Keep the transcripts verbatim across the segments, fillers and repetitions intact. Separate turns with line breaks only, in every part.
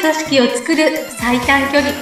組織を作る最短距離。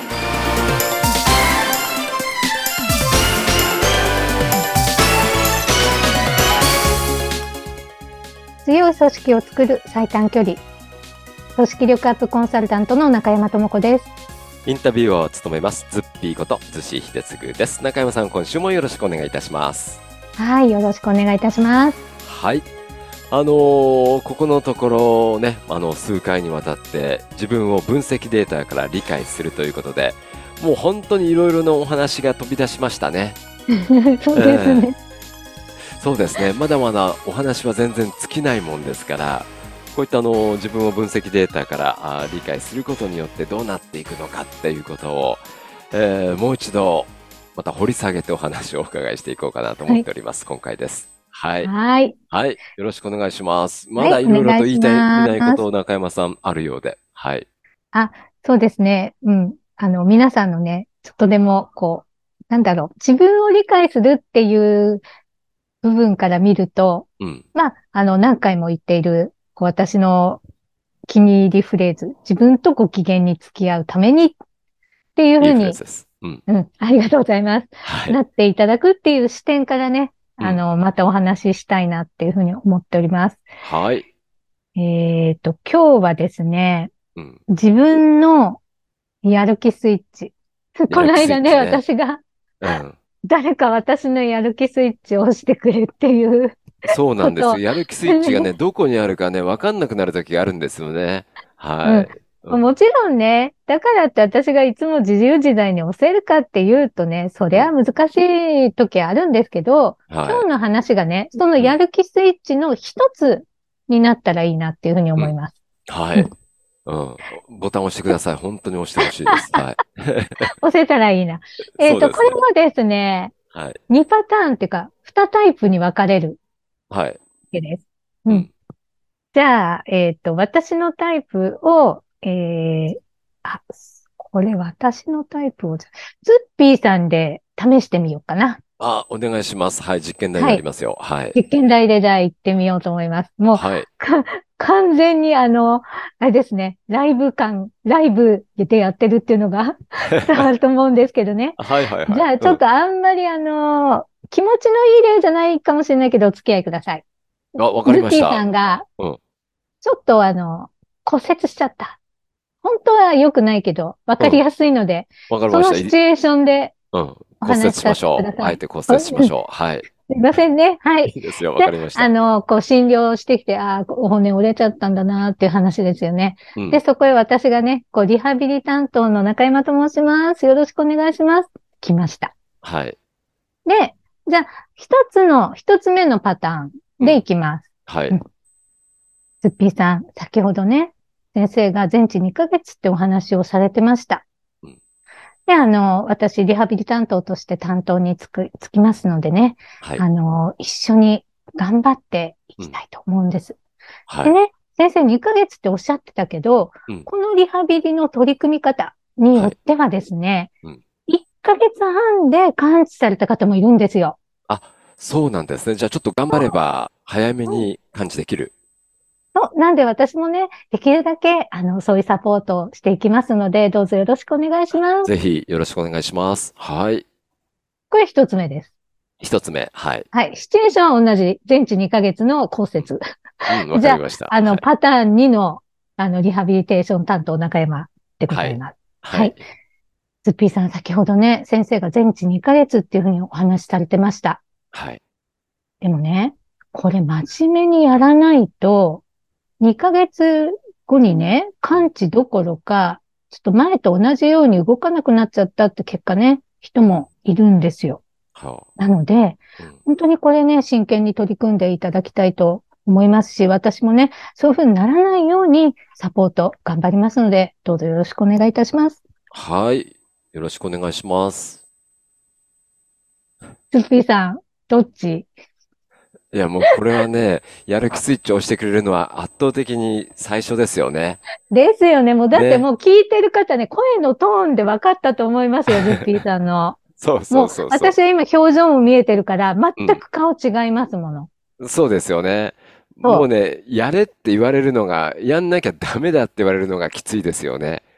強い組織を作る最短距離。組織力アップコンサルタントの中山智子です。
インタビューを務めますズッピーこと逗子秀次です。中山さん、今週もよろしくお願いいたします。
はい、よろしくお願いいたします。
はい。あのー、ここのところね、あの数回にわたって自分を分析データから理解するということで、もう本当にいろいろなお話が飛び出しましたね。
そうですね、
えー、そうですね。まだまだお話は全然尽きないもんですから、こういったあの自分を分析データからあ理解することによってどうなっていくのかっていうことを、えー、もう一度また掘り下げてお話をお伺いしていこうかなと思っております。はい、今回です。はい。
はい。
はい。よろしくお願いします。まだいろいろと言いたい、言いないことを中山さんあるようで。はい。
あ、そうですね。うん。あの、皆さんのね、ちょっとでも、こう、なんだろう、自分を理解するっていう部分から見ると、うん、まあ、あの、何回も言っている、こう私の気に入りフレーズ、自分とご機嫌に付き合うためにっていうふうに、いいフレーズです。うん。うん。ありがとうございます。はい。なっていただくっていう視点からね、あの、うん、またお話ししたいなっていうふうに思っております。
はい。
えっと、今日はですね、うん、自分のやる気スイッチ。この間ね、私が、うん、誰か私のやる気スイッチを押してくれっていう。
そうなんですよ。やる気スイッチがね、どこにあるかね、わかんなくなる時があるんですよね。はい。
うん、もちろんね、だからって私がいつも自由自在に押せるかっていうとね、それは難しい時あるんですけど、うん、今日の話がね、そのやる気スイッチの一つになったらいいなっていうふうに思います。
うん、はい。うんうん。ボタン押してください。本当に押してほしいです。はい。
押せたらいいな。えっと、ね、これもですね、はい。にパターンっていうか、にタイプに分かれる。
はい。
です。うん。じゃあ、えっと、私のタイプを、えー、あ、これ私のタイプを、ズッピーさんで試してみようかな。
あ、お願いします。はい、実験台になりますよ。はい。はい、
実験台でじゃあ行ってみようと思います。もう、はい、完全にあの、あれですね、ライブ感、ライブでやってるっていうのが伝わると思うんですけどね。
はいはいはい。
じゃあ、ちょっとあんまりあの、気持ちのいい例じゃないかもしれないけど、お付き合いください。
あ、わかりました。
ズッピーさんが、ちょっとあの、骨折しちゃった。本当は良くないけど、わかりやすいので、うん、そのシチュエーションで、
うん、骨折しましょう。あえて骨折しましょう。はい。
すいませんね。はい。
いいですよ。わかりました。
あの、こう、診療してきて、ああ、お骨折れちゃったんだなっていう話ですよね。うん、で、そこへ私がね、こう、リハビリ担当の中山と申します。よろしくお願いします。来ました。
はい。
で、じゃあ、一つの、一つ目のパターンでいきます。
うん、はい。
ズッピーさん、先ほどね、先生が全治にかげつってお話をされてました。うん、で、あの、私、リハビリ担当として担当につく、つきますのでね、はい、あの、一緒に頑張っていきたいと思うんです。うん、はい、でね、先生にかげつっておっしゃってたけど、うん、このリハビリの取り組み方によってはですね、はい、うん、いっかげつはんで完治された方もいるんですよ。
あ、そうなんですね。じゃあちょっと頑張れば早めに完治できる。
そう。なんで私もね、できるだけ、あの、そういうサポートをしていきますので、どうぞよろしくお願いします。
ぜひよろしくお願いします。はい。
これ一つ目です。
一つ目。はい。
はい。シチュエーションは同じ、全治にかげつの骨折。
うん、わかりました。
じゃあ、あの、はい、パターンにの、あの、リハビリテーション担当中山でございます。はい。はい。ズッピーさん、先ほどね、先生が全治にかげつっていうふうにお話しされてました。
はい。
でもね、これ真面目にやらないと、にかげつごにね、完治どころか、ちょっと前と同じように動かなくなっちゃったって結果ね、人もいるんですよ。はあ、なので、うん、本当にこれね、真剣に取り組んでいただきたいと思いますし、私もね、そういうふうにならないようにサポート頑張りますので、どうぞよろしくお願いいたします。
はい。よろしくお願いします。
ズッピーさん、どっち？
いや、もうこれはね、やる気スイッチを押してくれるのは圧倒的に最初ですよね。
ですよね。もうだってもう聞いてる方ね、声のトーンで分かったと思いますよ、ズッピーさんの。
そうそうそうそう。
もう私は今表情も見えてるから、全く顔違いますもの。
うん、そうですよね。もうね、やれって言われるのが、やんなきゃダメだって言われるのがきついですよね。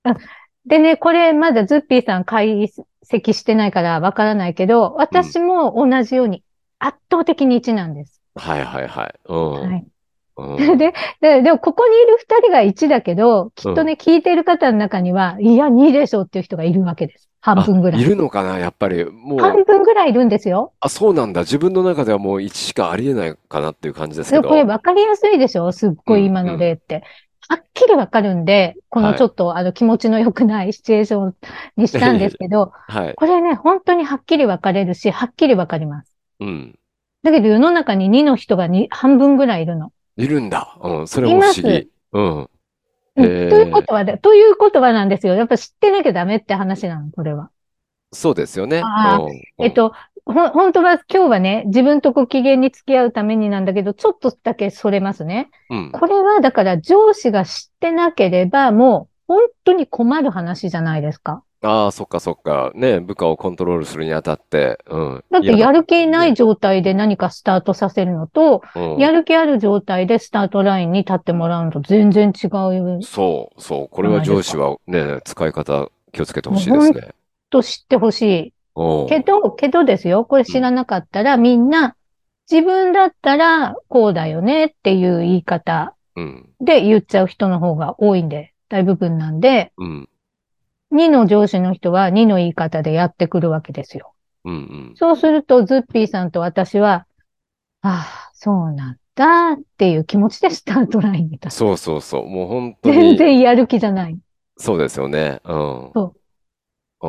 でね、これまだズッピーさん解析してないからわからないけど、私も同じように圧倒的にいちなんです。
はいはいはい。うん。
はい。
うん。
で、で、でもここにいるふたりがいちだけど、きっとね、聞いている方の中には、いや、にでしょっていう人がいるわけです。半
あ、い
分ぐらい。
るのかなやっぱり。もう、
半分ぐらいいるんですよ。
あ、そうなんだ。自分の中ではもういちしかありえないかなっていう感じですけ
で、これ
ど。
分かりやすいでしょすっ
うん、
ごい今
うん。
の例って。はっきり分かるんで、この
はい。
ちょっとあの気持ちの良くないシチュエーションにしたんですけど、
はい。
これね、本当にはっきり分かれるし、はっきり分かります。
うん。
だけど世の中ににの人がに半分ぐらいいるの。
いるんだ。うん。それ
い
も不
ます。
思議。うん。へ
うん。というこ
え。
とはで、ということはなんですよ。やっぱ知ってなきゃダメって話なの、これは。
そうですよね。う
ああ、
ん。うん。
えっと、ほ、本当は今日はね、自分とご機嫌に付き合うためになんだけど、ちょっとだけそれますね。
うん。
これはだから上司が知ってなければ、もう本当に困る話じゃないですか。
ああ、そっかそっか。ね、部下をコントロールするにあたって、うん。
だって
嫌なこ
やる気ない
とにね。
状態で何かスタートさせるのと、
うん。
やる気ある状態でスタートラインに立ってもらうのと全然違うじ
そう、そう。これは
ゃないですか。
上司はね、使い方気をつけてほ
もう本
しいですね。
当知ってほしい。
おう。
けど、けどですよ。これ
うん。
知らなかったらみんな自分だったらこうだよねっていう言い方
うん。
で言っちゃう人の方が多いんで、大部分なんで、
うん。
にの上司の人はにの言い方でやってくるわけですよ。
うん。うん。
そうすると、ズッピーさんと私は、ああ、そうなんだっていう気持ちでスタートラインに立つ。
そうそうそう。もう本当
全
に、
然やる気じゃない。
そうですよね。うん。
そ
うん。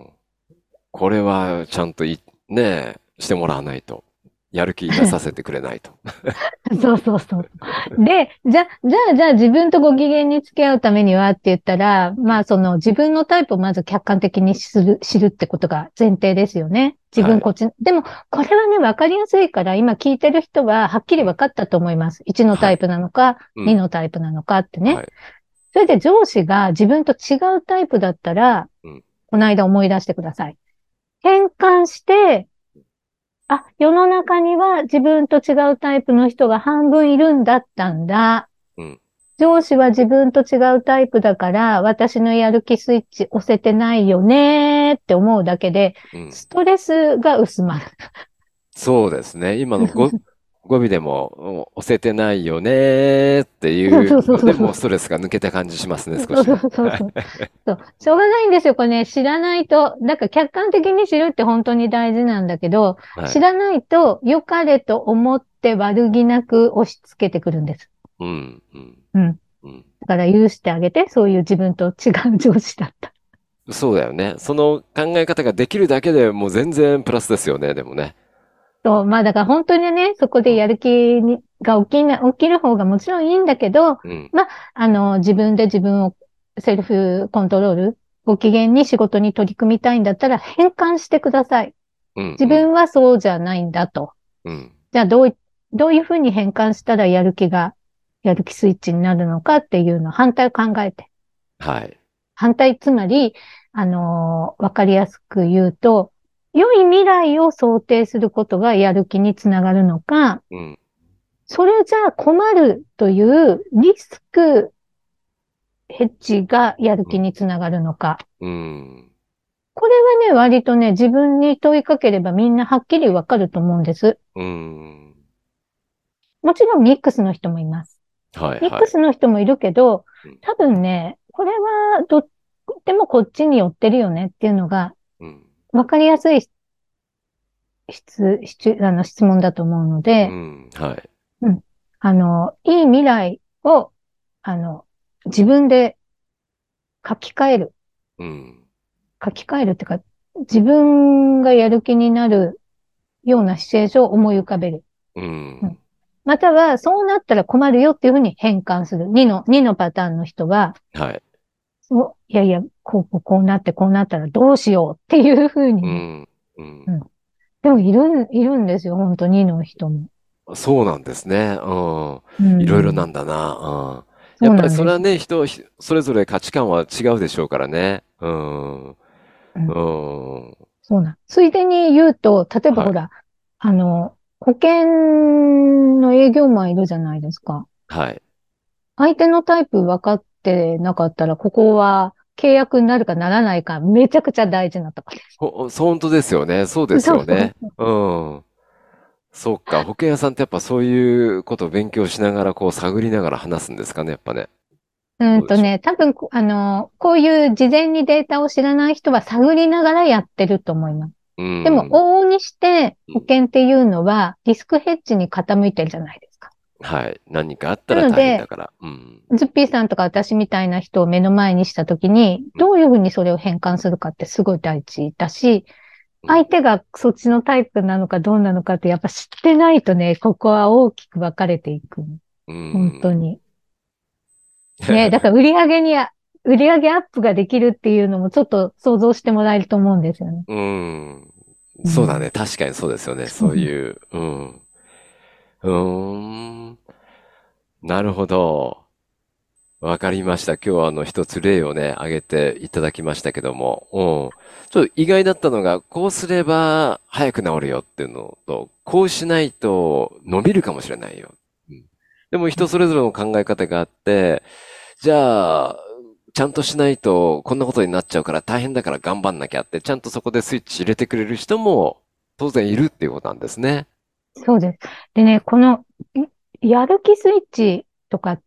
これはちゃんとい、ね、してもらわないと。やる気出させてくれないと。
う。そうそうそう。で、じゃ、じゃあ、じゃあ自分とご機嫌に付き合うためにはって言ったら、まあその自分のタイプをまず客観的に知る、知るってことが前提ですよね。自
はい。
分こっち。でも、これはね、わかりやすいから、今聞いてる人ははっきり
うん。
分かったと思います。いちの
はい。
タイプなのか、に
うん。
のタイプなのかってね。
はい。
それで上司が自分と違うタイプだったら、
うん。
この間思い出してください。変換して、あ、世の中には自分と違うタイプの人が半分いるんだったんだ。
うん。
上司は自分と違うタイプだから、私のやる気スイッチ押せてないよねって思うだけで、
うん。
ストレスが薄まる。
そうですね。今の語、語尾でも、お押せてないよねーって
そう
いう
そうそうそうそう。
のでもうストレスが抜けた感じしますね、少
そうそう
しね。
そうそう。そう。しょうがないんですよ。これね、知らないと。だから客観的に知るって本当に大事なんだけど、
はい。
知らないと良かれと思って悪気なく押し付けてくるんです。
うん。うん。
うん。
うん。
だから許してあげて、そういう自分と違う上司だった。
そうだよね。その考え方ができるだけでもう全然プラスですよね、でもね。
そう、まあだから本当にね、そこ
うん。
でやる気にが起きな、起きる方がもちろんいいんだけど、
うん。
まあ、あの、自分で自分をセルフコントロール、ご機嫌に仕事に取り組みたいんだったら変換してください。
うん。
自
うん。
分はそうじゃないんだと。
うん。
じゃあどうい、どういうふうに変換したらやる気が、やる気スイッチになるのかっていうの反対を考えて。
はい。
反対、つまり、あのーわかりやすく言うと、良い未来を想定することがやる気につながるのか、
うん。
それじゃあ困るというリスクヘッジがやる
うん。
気につながるのか。
うん。
これはね、割とね、自分に問いかければみんなはっきりわかると思うんです。
うん。
もちろんミックスの人もいます。
はい。
ミッ
はい。
クスの人もいるけど、
うん。
多分ね、これはどっちもこっちに寄ってるよねっていうのが
うん。
わかりやすい質、質、あの質問だと思うので、
うん。はい。
うん。あの、いい未来を、あの、自分で書き換える。
うん。
書き換えるっていうか、自分がやる気になるようなシチュエーションを思い浮かべる。
う
うん。
ん。
または、そうなったら困るよっていうふうに変換する。にの、にのパターンの人は、
はい。
そういやいや、こう、こう、こうなって、こうなったらどうしようっていうふうにね。
うん。うん。
うん。でも、いる、いるんですよ。本当にの人も。
そうなんですね。うん。
う
いろいろな
ん。
んだな。うん。やっぱり
そうなんです。
それはね、人、ひそれぞれ価値観は違うでしょうからね。うん。う
うん。
ん。
そうなん。ついでに言うと、例えば
はい。
ほら、あの、保険の営業マンいるじゃないですか。
はい。
相手のタイプ分かってなかったら、ここは契約になるかならないか、めちゃくちゃ大事なところです。
ほ、そう本当ですよね。そうです
そうそう
よね。うん。そうか。保険屋さんってやっぱそういうことを勉強しながら、こう探りながら話すんですかね、やっぱね。どうでしょ
うんとね、多分、こあの、こういう事前にデータを知らない人は探りながらやってると思います。
う。う
でも、
ん。
往々にして
うん。
保険っていうのはリスクヘッジに傾いてるじゃないですか。
はい。何かあった
な
ら
ので、
大変だから。うん。
ズッピーさんとか私みたいな人を目の前にしたときに、
うん。
どういうふうにそれを変換するかってすごい大事だし、
うん。
相手がそっちのタイプなのかどうなのかってやっぱ知ってないとね、ここは大きく分かれていく。
う
本当
ん。
に。ね、だから売り上げにあ、売り上げアップができるっていうのもちょっと想像してもらえると思うんですよね。
うん。
うん。
そうだね。確かにそうですよね。
そうね。
そういう。うん。うーん。なるほど。わかりました。今日はあの一つ例をね、挙げていただきましたけども、うん。ちょっと意外だったのが、こうすれば早く治るよっていうのと、こうしないと伸びるかもしれないよ。うん、でも人それぞれの考え方があって、じゃあ、ちゃんとしないとこんなことになっちゃうから大変だから頑張んなきゃって、ちゃんとそこでスイッチ入れてくれる人も当然いるっていうことなんですね。
そうです。でね、この、いやる気スイッチとかって、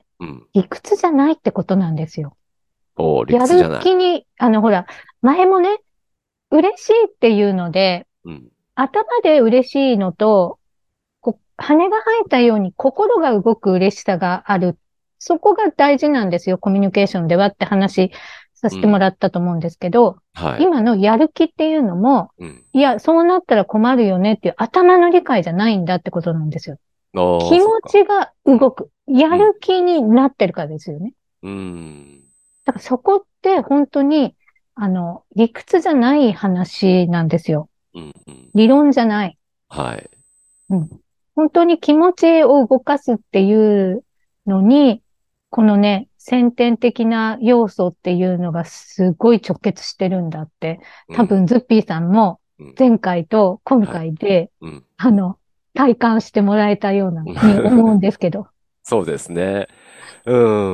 うん。
理屈じゃないってことなんですよ。
おー、理
やる
屈じゃない。
気に、あの、ほら、前もね、嬉しいっていうので、
うん。
頭で嬉しいのと、こう、羽が生えたように心が動く嬉しさがある。そこが大事なんですよ、コミュニケーションではって話させても
うん。
らったと思うんですけど、
はい。
今のやる気っていうのも、
うん。
いや、そうなったら困るよねっていう頭の理解じゃないんだってことなんですよ。
ああ、
気持
そっか。
ちが
うん。
動く。や
うん。
る気になってるからですよね。
うーん。
だからそこって本当に、あの、理屈じゃない話なんですよ。
うん。うん。
理論じゃない。
はい。
うん。本当に気持ちを動かすっていうのに、このね、先天的な要素っていうのがすごい直結してるんだって、
うん。
多分ズッピーさんも
うん。
前回と今
はい。
回で、
うん。
あの、体感してもらえたような、に思うんですけど。
そうですね。うん。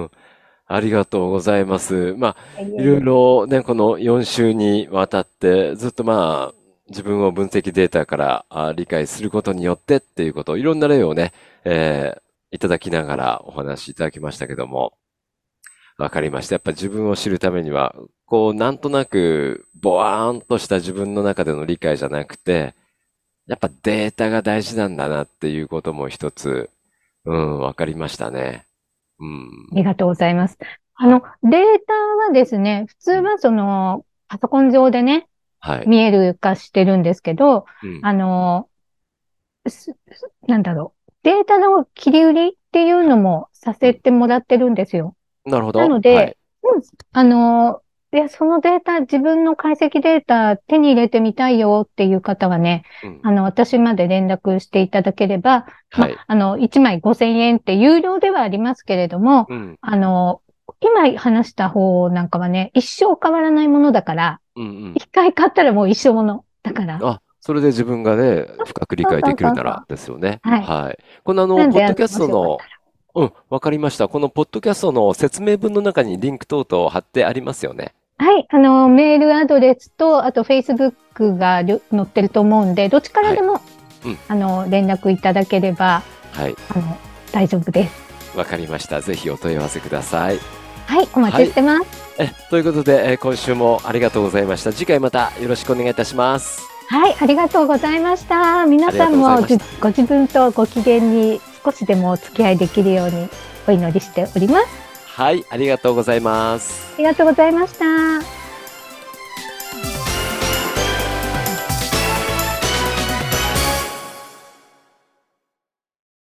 ありがとうございます。まあ、
いえい
いろい
え。
ろね、このよん週にわたって、ずっとまあ、自分を分析データからあ理解することによってっていうことを、いろんな例をね、えーいただきながらお話しいただきましたけども、わかりました。やっぱ自分を知るためには、こう、なんとなく、ぼわーんとした自分の中での理解じゃなくて、やっぱデータが大事なんだなっていうことも一つ、うん、わかりましたね。うん。
ありがとうございます。あ
はい。
の、データはですね、普通
うん。
はその、パソコン上でね、
はい。
見える化してるんですけど、
うん。
あの、すすなんだろう。データの切り売りっていうのもさ
うん。
せてもらってるんですよ。
なるほ
な
ど。
ので、
はい。
うん、あの、いや、そのデータ、自分の解析データ手に入れてみたいよっていう方はね、
うん。
あの、私まで連絡していただければ、ま、
はい。
あの、いちまいごせんえんって有料ではありますけれども、
うん。
あの、今話した方なんかはね、一生変わらないものだから、
うんうん。
一回買ったらもう一生ものだから。
あ、それで自分がね、深く理
そうそう
解できるな
そうそう。
らですよね。
はい。
はい。このあの、
なんで、あの、
ポッドキャス
もしよかった
トの、うん、わかりました。このポッドキャストの説明文の中にリンク等々貼ってありますよね。
ら。はい。あの、メールアドレスと、あと Facebook がりょ載ってると思うんで、どっちから
はい。
でも、
うん。
あの、連絡いただければ、
はい。
あの、大丈夫です。
わかりました。ぜひお問い合わせください。
はい。お待
はい。
ちしてます。
え、ということで、え今週もありがとうございました。次回またよろしくお願いいたします。
はい。ありがとうございました。皆
ありがとう
さんもじ
ございました。
ご自分とご機嫌に少しでもお付き合いできるようにお祈りしております。
はい、ありがとうございます。
ありがとうございました。